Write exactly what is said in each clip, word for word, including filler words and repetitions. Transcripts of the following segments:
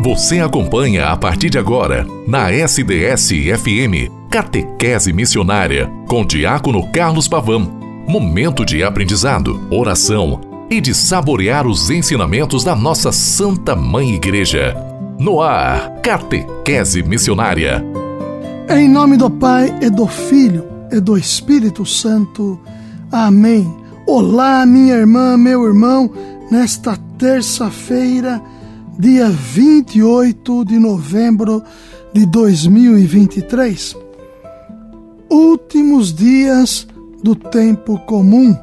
Você acompanha a partir de agora, na S D S F M, Catequese Missionária, com Diácono Carlos Pavão. Momento de aprendizado, oração e de saborear os ensinamentos da nossa Santa Mãe Igreja. No ar, Catequese Missionária. Em nome do Pai, e do Filho, e do Espírito Santo. Amém. Olá, minha irmã, meu irmão, nesta terça-feira, dia vinte e oito de novembro de dois mil e vinte e três. Últimos dias do tempo comum.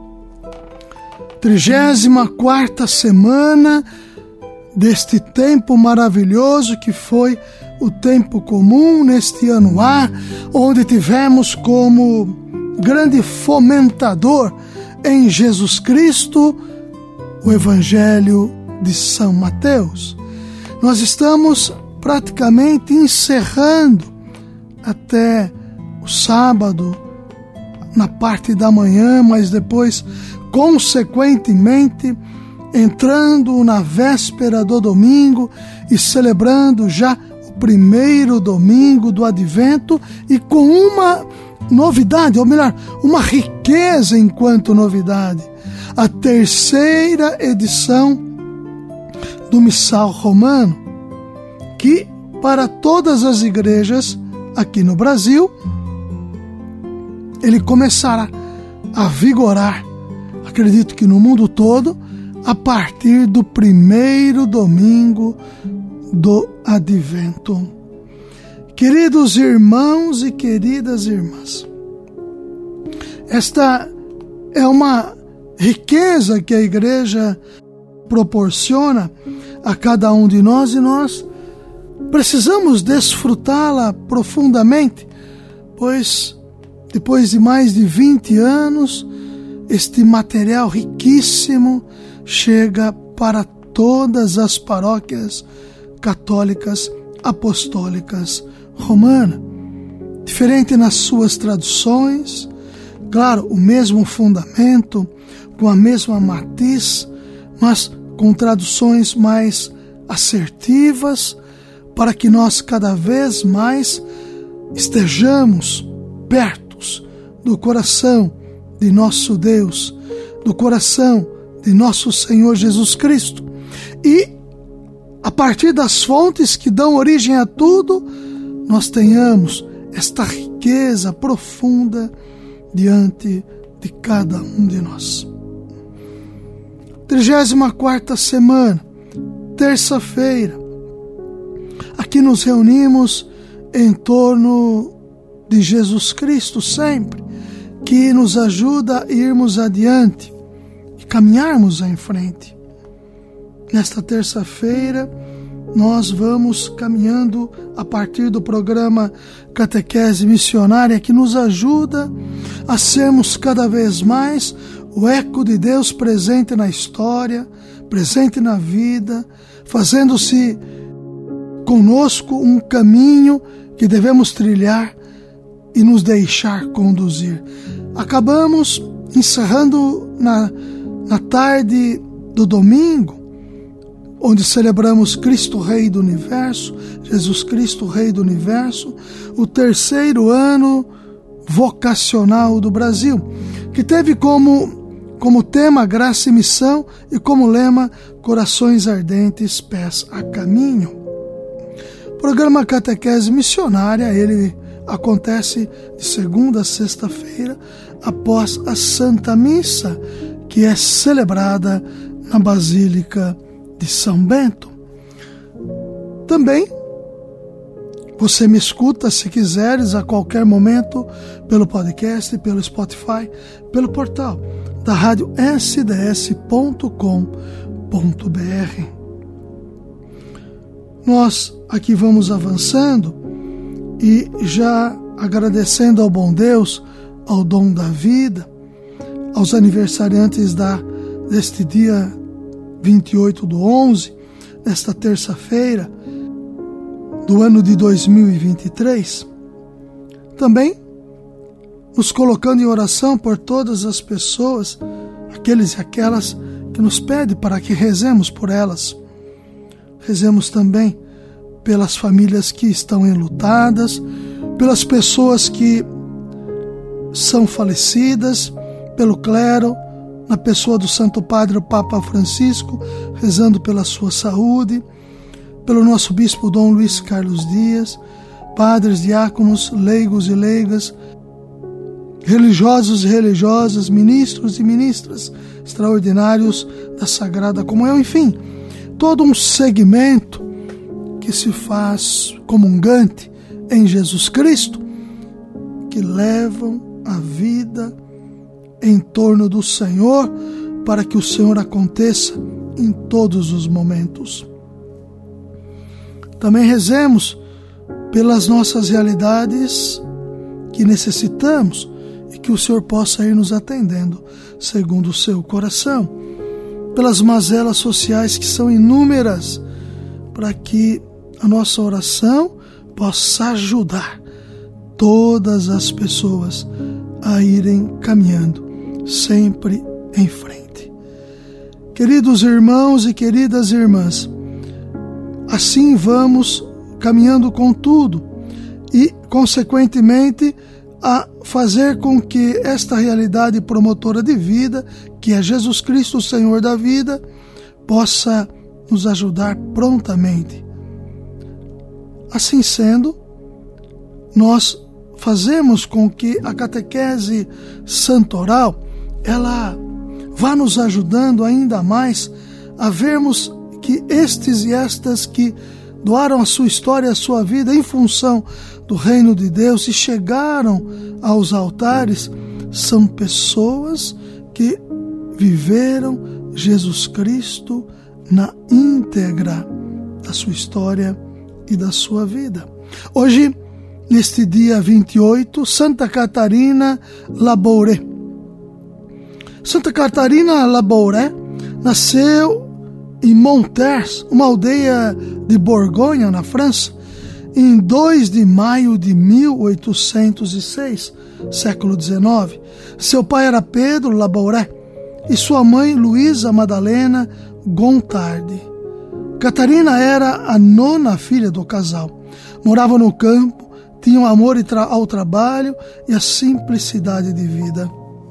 Trigésima quarta semana deste tempo maravilhoso que foi o tempo comum neste ano A, onde tivemos como grande fomentador em Jesus Cristo o Evangelho de São Mateus. Nós estamos praticamente encerrando até o sábado, na parte da manhã, mas depois, consequentemente, entrando na véspera do domingo e celebrando já o primeiro domingo do Advento e com uma novidade, ou melhor, uma riqueza enquanto novidade. A terceira edição do Missal Romano, que para todas as igrejas aqui no Brasil, ele começará a vigorar, acredito que no mundo todo, a partir do primeiro domingo do Advento. Queridos irmãos e queridas irmãs, esta é uma riqueza que a igreja proporciona a cada um de nós e nós precisamos desfrutá-la profundamente, pois depois de mais de vinte anos, este material riquíssimo chega para todas as paróquias católicas apostólicas romanas. Diferente nas suas traduções, claro, o mesmo fundamento, com a mesma matiz, mas com traduções mais assertivas, para que nós cada vez mais estejamos perto do coração de nosso Deus, do coração de nosso Senhor Jesus Cristo. E, a partir das fontes que dão origem a tudo, nós tenhamos esta riqueza profunda diante de cada um de nós. Trigésima quarta semana, terça-feira, aqui nos reunimos em torno de Jesus Cristo sempre, que nos ajuda a irmos adiante e caminharmos em frente. Nesta terça-feira, nós vamos caminhando a partir do programa Catequese Missionária, que nos ajuda a sermos cada vez mais o eco de Deus presente na história, presente na vida, fazendo-se conosco um caminho que devemos trilhar e nos deixar conduzir. Acabamos encerrando na, na tarde do domingo, onde celebramos Cristo Rei do Universo, Jesus Cristo Rei do Universo, o terceiro ano vocacional do Brasil, que teve como, como tema Graça e Missão e como lema Corações Ardentes, Pés a Caminho. O programa Catequese Missionária, ele acontece de segunda a sexta-feira, após a Santa Missa, que é celebrada na Basílica de São Bento. Também você me escuta, se quiseres, a qualquer momento, pelo podcast, pelo Spotify, pelo portal da rádio S D S ponto com ponto B R. Nós aqui vamos avançando e já agradecendo ao bom Deus, ao dom da vida, aos aniversariantes da, deste dia vinte e oito do onze, nesta terça-feira do ano de dois mil e vinte e três, também nos colocando em oração por todas as pessoas, aqueles e aquelas que nos pedem para que rezemos por elas. Rezemos também pelas famílias que estão enlutadas, pelas pessoas que são falecidas, pelo clero, na pessoa do Santo Padre, o Papa Francisco, rezando pela sua saúde, pelo nosso Bispo Dom Luiz Carlos Dias, padres, diáconos, leigos e leigas, religiosos e religiosas, ministros e ministras extraordinários da Sagrada Comunhão, enfim, todo um segmento que se faz comungante em Jesus Cristo, que levam a vida em torno do Senhor, para que o Senhor aconteça em todos os momentos. Também rezemos pelas nossas realidades que necessitamos e que o Senhor possa ir nos atendendo segundo o seu coração, pelas mazelas sociais que são inúmeras, para que a nossa oração possa ajudar todas as pessoas a irem caminhando sempre em frente. Queridos irmãos e queridas irmãs, assim vamos caminhando com tudo e, consequentemente, a fazer com que esta realidade promotora de vida, que é Jesus Cristo, o Senhor da vida, possa nos ajudar prontamente. Assim sendo, nós fazemos com que a catequese santoral ela vá nos ajudando ainda mais a vermos que estes e estas que doaram a sua história, a sua vida em função do reino de Deus e chegaram aos altares, são pessoas que viveram Jesus Cristo na íntegra da sua história e da sua vida. Hoje, neste dia vinte e oito, Santa Catarina Labouré. Santa Catarina Labouré nasceu em Monterres, uma aldeia de Borgonha, na França, em dois de maio de mil oitocentos e seis, século dezenove. Seu pai era Pedro Labouré e sua mãe Luísa Madalena Gontardi. Catarina era a nona filha do casal. Morava no campo, tinha um amor ao trabalho e a simplicidade de vida.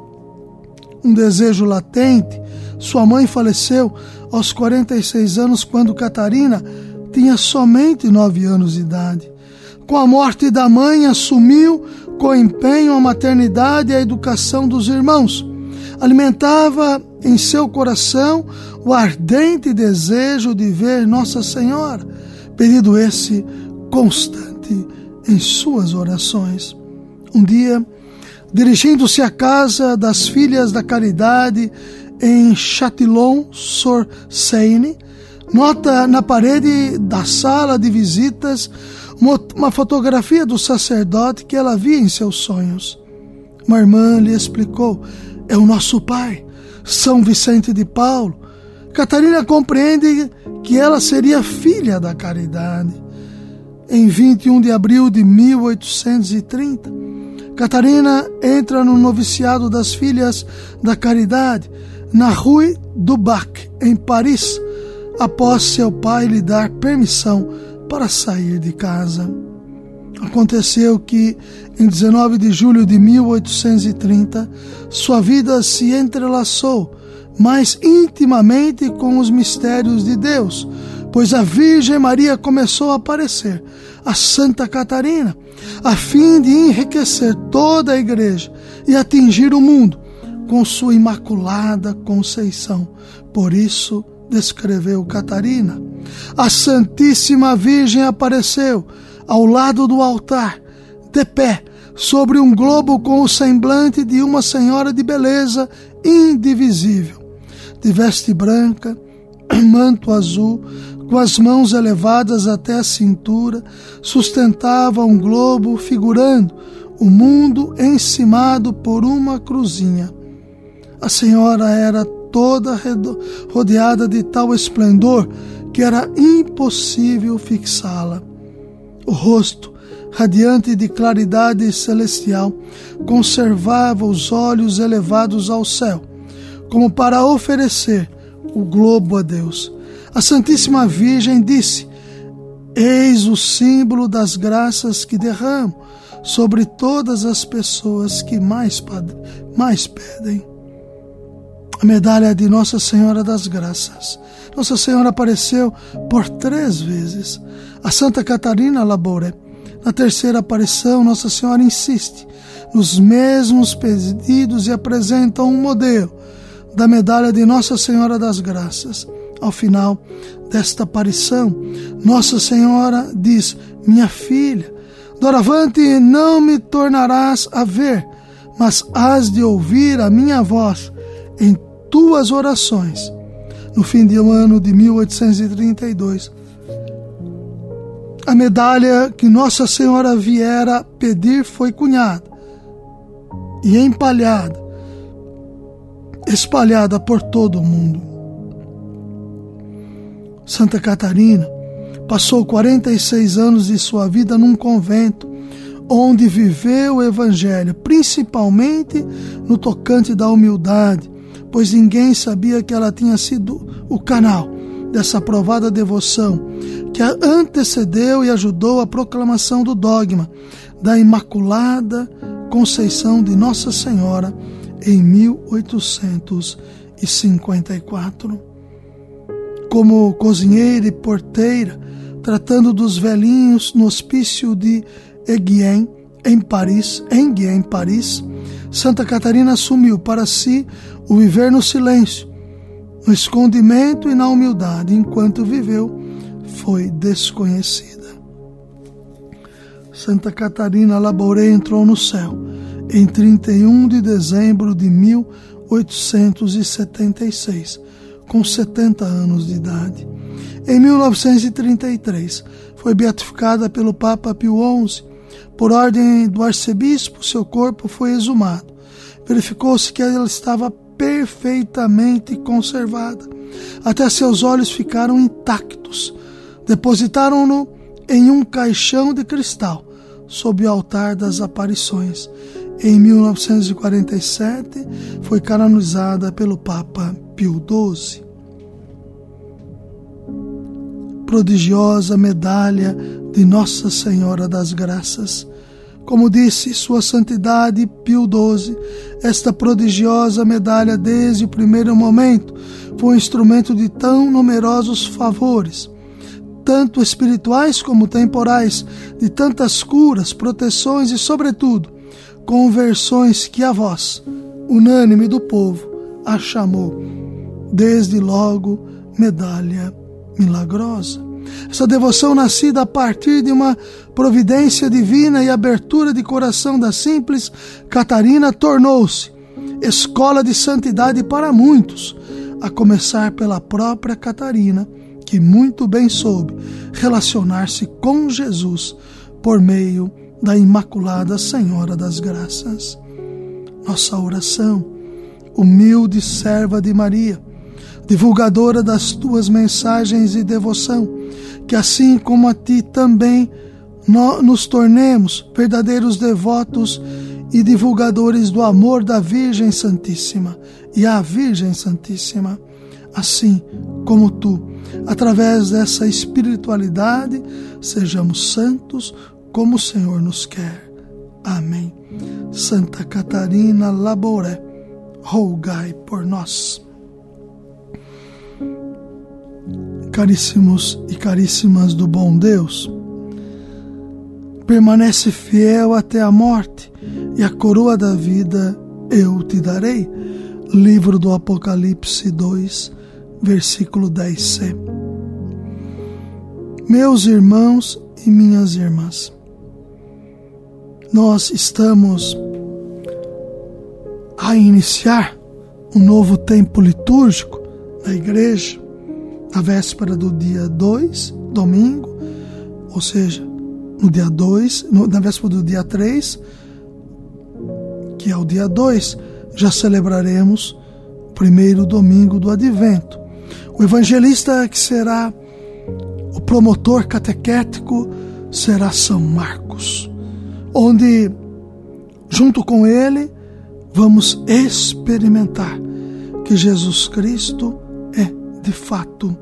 Um desejo latente, sua mãe faleceu aos quarenta e seis anos, quando Catarina tinha somente nove anos de idade. Com a morte da mãe, assumiu com empenho a maternidade e a educação dos irmãos. Alimentava em seu coração o ardente desejo de ver Nossa Senhora, pedido esse constante em suas orações. Um dia, dirigindo-se à casa das Filhas da Caridade em Châtillon-sur-Seine, nota na parede da sala de visitas uma fotografia do sacerdote que ela via em seus sonhos. Uma irmã lhe explicou: é o nosso pai, São Vicente de Paulo. Catarina compreende que ela seria filha da caridade. Em vinte e um de abril de mil oitocentos e trinta, Catarina entra no noviciado das Filhas da Caridade, na Rue du Bac, em Paris, após seu pai lhe dar permissão para sair de casa. Aconteceu que, em dezenove de julho de mil oitocentos e trinta, sua vida se entrelaçou mais intimamente com os mistérios de Deus, pois a Virgem Maria começou a aparecer a Santa Catarina, a fim de enriquecer toda a Igreja e atingir o mundo com sua imaculada conceição. Por isso, descreveu Catarina: a Santíssima Virgem apareceu ao lado do altar, de pé, sobre um globo com o semblante de uma senhora de beleza indivisível, de veste branca, manto azul, com as mãos elevadas até a cintura, sustentava um globo figurando o mundo encimado por uma cruzinha. A senhora era toda rodeada de tal esplendor que era impossível fixá-la. O rosto, radiante de claridade celestial, conservava os olhos elevados ao céu, como para oferecer o globo a Deus. A Santíssima Virgem disse: eis o símbolo das graças que derramo sobre todas as pessoas que mais, mais pedem. A medalha de Nossa Senhora das Graças. Nossa Senhora apareceu por três vezes a Santa Catarina Laboure. Na terceira aparição, Nossa Senhora insiste nos mesmos pedidos e apresenta um modelo da medalha de Nossa Senhora das Graças. Ao final desta aparição, Nossa Senhora diz: minha filha, doravante não me tornarás a ver, mas hás de ouvir a minha voz em tuas orações. No fim do ano de mil oitocentos e trinta e dois, a medalha que Nossa Senhora viera pedir foi cunhada e empalhada, espalhada por todo o mundo. Santa Catarina passou quarenta e seis anos de sua vida num convento, onde viveu o Evangelho, principalmente no tocante da humildade, pois ninguém sabia que ela tinha sido o canal dessa provada devoção, que a antecedeu e ajudou a proclamação do dogma da Imaculada Conceição de Nossa Senhora em mil oitocentos e cinquenta e quatro. Como cozinheira e porteira, tratando dos velhinhos no hospício de Enghien, em Paris, Enghien, Paris, Santa Catarina assumiu para si o viver no silêncio, no escondimento e na humildade. Enquanto viveu, foi desconhecida. Santa Catarina Laboure entrou no céu em trinta e um de dezembro de mil oitocentos e setenta e seis, com setenta anos de idade. Em mil novecentos e trinta e três, foi beatificada pelo Papa Pio onze. Por ordem do arcebispo, seu corpo foi exumado. Verificou-se que ela estava perfeitamente conservada. Até seus olhos ficaram intactos. Depositaram-no em um caixão de cristal, sob o altar das aparições. Em mil novecentos e quarenta e sete, foi canonizada pelo Papa Pio doze. Prodigiosa medalha de Nossa Senhora das Graças. Como disse Sua Santidade Pio doze, esta prodigiosa medalha, desde o primeiro momento, foi um instrumento de tão numerosos favores, tanto espirituais como temporais, de tantas curas, proteções e, sobretudo, conversões, que a voz, unânime do povo, a chamou, desde logo, medalha milagrosa. Essa devoção, nascida a partir de uma providência divina e abertura de coração da simples Catarina, tornou-se escola de santidade para muitos, a começar pela própria Catarina, que muito bem soube relacionar-se com Jesus por meio da Imaculada Senhora das Graças. Nossa oração, humilde serva de Maria, divulgadora das tuas mensagens e devoção, que assim como a ti também nós nos tornemos verdadeiros devotos e divulgadores do amor da Virgem Santíssima e à Virgem Santíssima, assim como tu, através dessa espiritualidade, sejamos santos como o Senhor nos quer. Amém. Santa Catarina Laboure, rogai por nós. Caríssimos e caríssimas do bom Deus, permanece fiel até a morte, e a coroa da vida eu te darei. Livro do Apocalipse dois, versículo dez c. Meus irmãos e minhas irmãs, nós estamos a iniciar um novo tempo litúrgico na igreja, na véspera do dia dois, domingo, ou seja, no dia dois, no, na véspera do dia três, que é o dia dois, já celebraremos o primeiro domingo do Advento. O evangelista que será o promotor catequético será São Marcos, onde, junto com ele, vamos experimentar que Jesus Cristo é, de fato,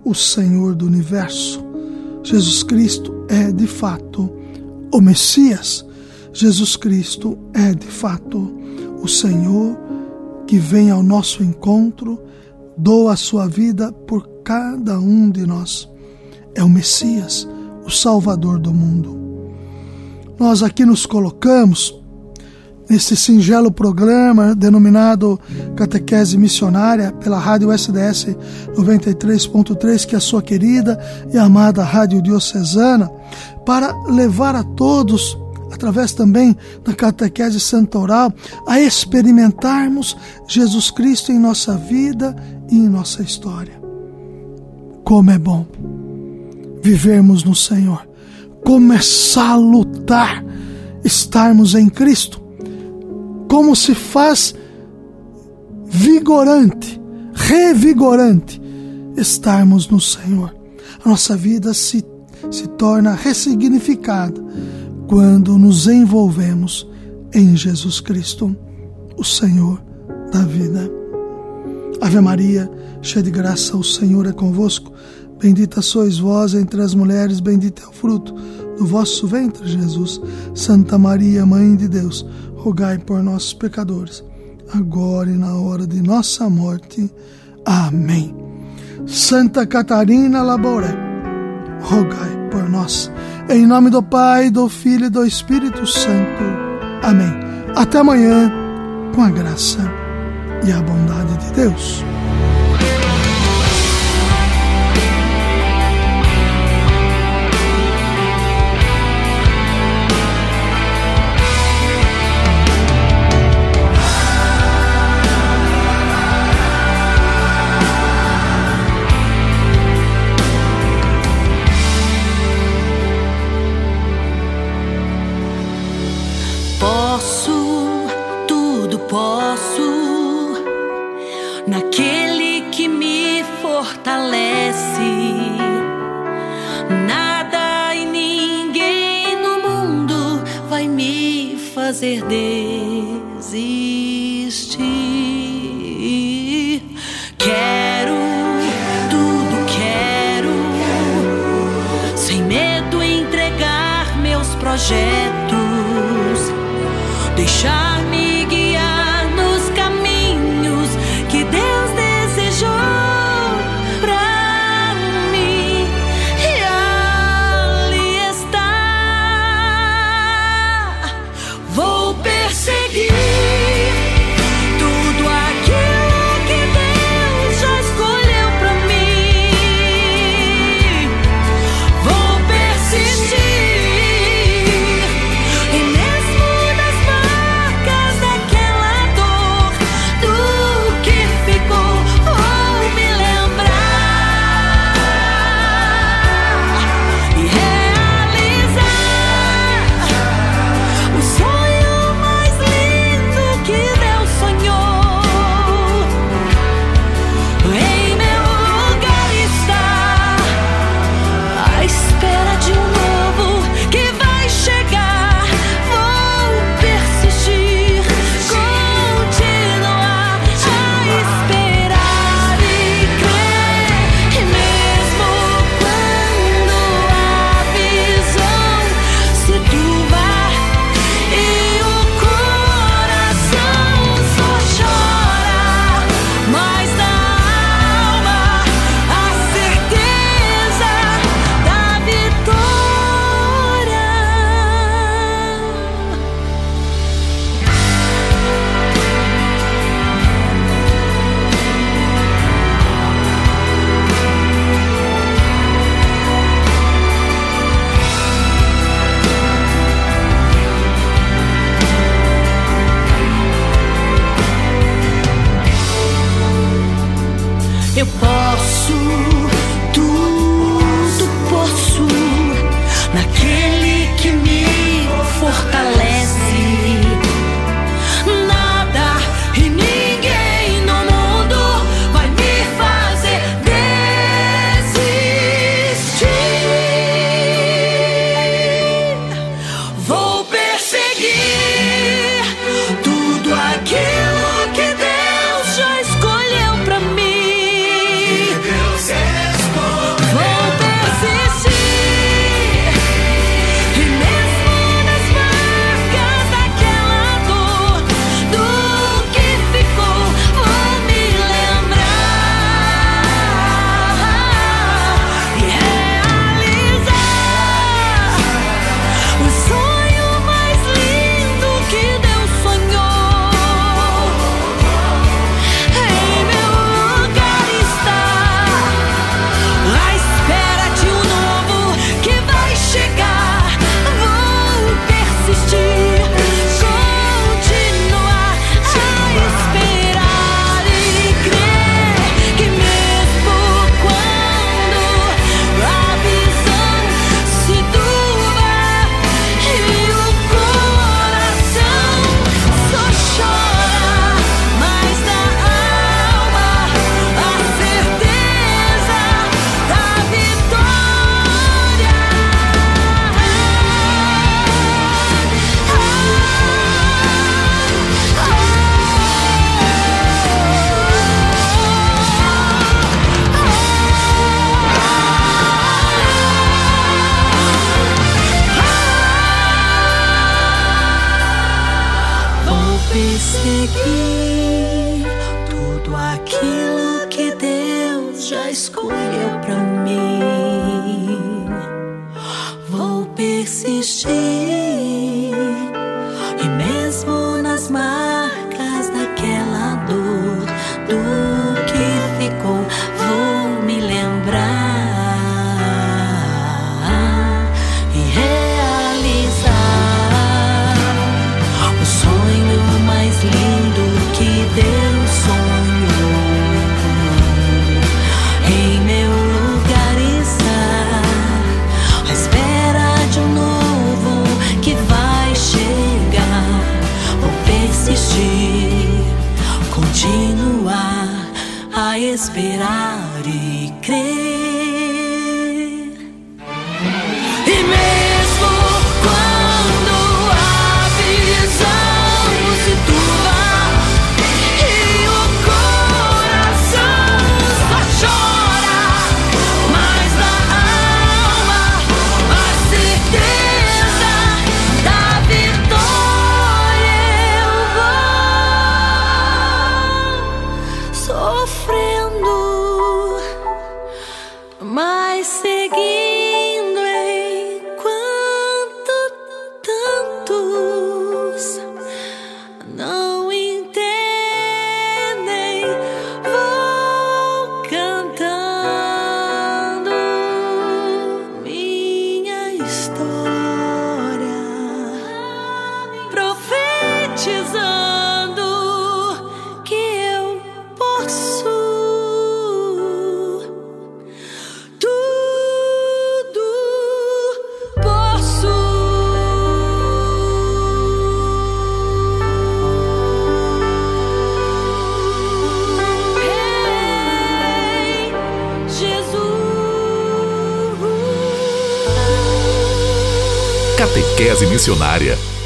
o Senhor do universo. Jesus Cristo é de fato o Messias. Jesus Cristo é de fato o Senhor que vem ao nosso encontro, doa a sua vida por cada um de nós. É o Messias, o Salvador do mundo. Nós aqui nos colocamos nesse singelo programa denominado Catequese Missionária pela Rádio S D S noventa e três ponto três, que é a sua querida e amada Rádio Diocesana, para levar a todos, através também da Catequese Santoral, a experimentarmos Jesus Cristo em nossa vida e em nossa história. Como é bom vivermos no Senhor, como é salutar estarmos em Cristo, como se faz vigorante, revigorante estarmos no Senhor. A nossa vida se, se torna ressignificada quando nos envolvemos em Jesus Cristo, o Senhor da vida. Ave Maria, cheia de graça, o Senhor é convosco. Bendita sois vós entre as mulheres, bendito é o fruto do vosso ventre, Jesus. Santa Maria, Mãe de Deus, rogai por nós, pecadores, agora e na hora de nossa morte. Amém. Santa Catarina Laboré, rogai por nós. Em nome do Pai, do Filho e do Espírito Santo. Amém. Até amanhã, com a graça e a bondade de Deus. Posso, tudo posso, naquele que me fortalece. Nada e ninguém no mundo vai me fazer desistir. Quero, tudo quero, sem medo entregar meus projetos. Deixar-me guiar nos caminhos que Deus desejou pra mim. E ali está. Vou perseguir tudo aquilo que Deus já escolheu pra mim. Vou persistir. E mesmo nas marcas da seguir tudo aquilo que Deus já escolheu pra mim. Vou persistir e mesmo nas marcas daquela dor, do que ficou, vou me lembrar e realizar o sonho mais lindo que Deus sonhou. Em meu lugar estar à espera de um novo que vai chegar. Vou persistir, continuar a esperar e crer. E mesmo quando a visão se turva e o coração só chora, mas na alma a certeza da vitória eu vou sofrendo, mas seguindo enquanto tantos não entendem. Vou cantando minha história, profetizando que eu posso tudo, posso. Ei, Jesus. Catequese Missionária.